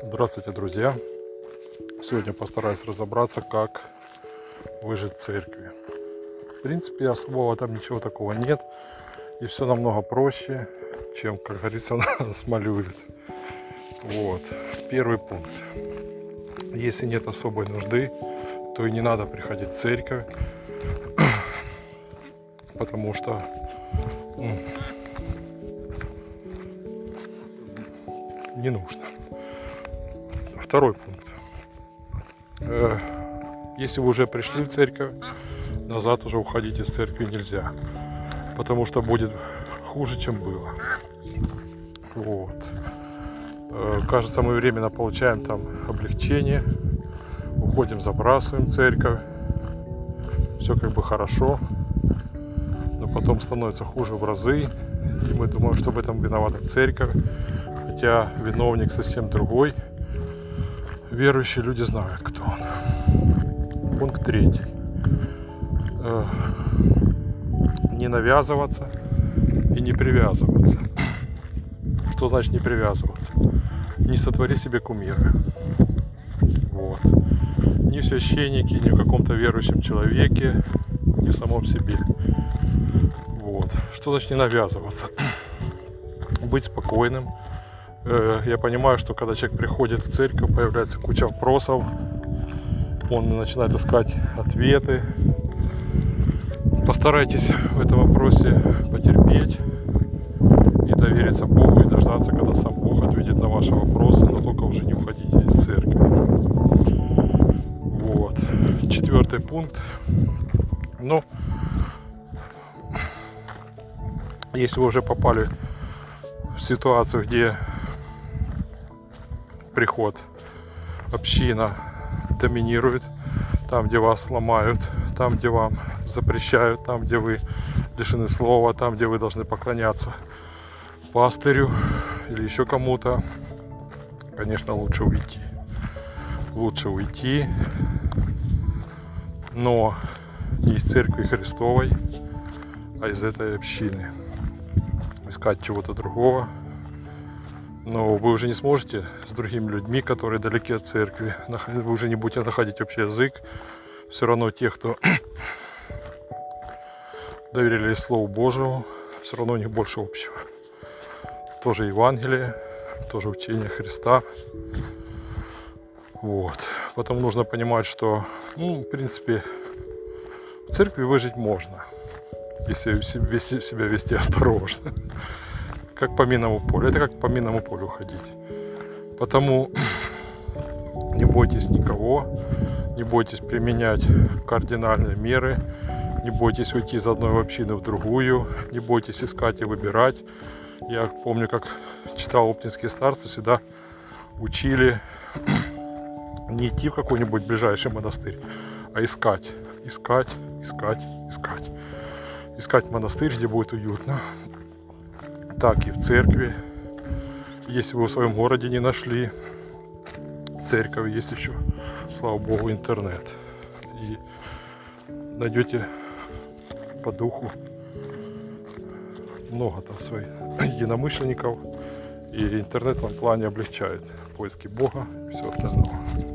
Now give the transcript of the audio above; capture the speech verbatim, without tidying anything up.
Здравствуйте, друзья! Сегодня постараюсь разобраться, как выжить в церкви. В принципе, особого там ничего такого нет. И все намного проще, чем, как говорится, смалюют. Вот. Первый пункт. Если нет особой нужды, то и не надо приходить в церковь, потому что не нужно. Второй пункт. Если вы уже пришли в церковь, назад уже уходить из церкви нельзя, потому что будет хуже, чем было. Вот. Кажется, мы временно получаем там облегчение, уходим, забрасываем церковь, все как бы хорошо, но потом становится хуже в разы, и мы думаем, что в этом виновата церковь, хотя виновник совсем другой. Верующие люди знают, кто он. Пункт третий. Не навязываться и не привязываться. Что значит не привязываться? Не сотвори себе кумира. Вот. Ни в священнике, ни в каком-то верующем человеке, ни в самом себе. Вот. Что значит не навязываться? Быть спокойным. Я понимаю, что когда человек приходит в церковь, появляется куча вопросов, он начинает искать ответы. Постарайтесь в этом вопросе потерпеть и довериться Богу, и дождаться, когда сам Бог ответит на ваши вопросы, но только уже не уходите из церкви. Вот. Четвертый пункт. Ну, если вы уже попали в ситуацию, где приход, община доминирует, там, где вас ломают, там, где вам запрещают, там, где вы лишены слова, там, где вы должны поклоняться пастырю или еще кому-то, конечно, лучше уйти. Лучше уйти, но не из церкви Христовой, а из этой общины. Искать чего-то другого. Но вы уже не сможете с другими людьми, которые далеки от церкви, вы уже не будете находить общий язык. Все равно те, кто доверились Слову Божьему, все равно у них больше общего. Тоже Евангелие, тоже учение Христа. Вот. Потом нужно понимать, что, ну, в принципе, в церкви выжить можно, если себя вести осторожно. Как по минному полю. Это как по минному полю ходить. Потому не бойтесь никого, не бойтесь применять кардинальные меры, не бойтесь уйти из одной общины в другую, не бойтесь искать и выбирать. Я помню, как читал оптинские старцы, всегда учили не идти в какой-нибудь ближайший монастырь, а искать, искать, искать, искать. Искать монастырь, где будет уютно. Так и в церкви. Если вы в своем городе не нашли церковь, есть еще, слава Богу, интернет. И найдете по духу много там своих единомышленников. И интернет в этом плане облегчает поиски Бога и все остальное.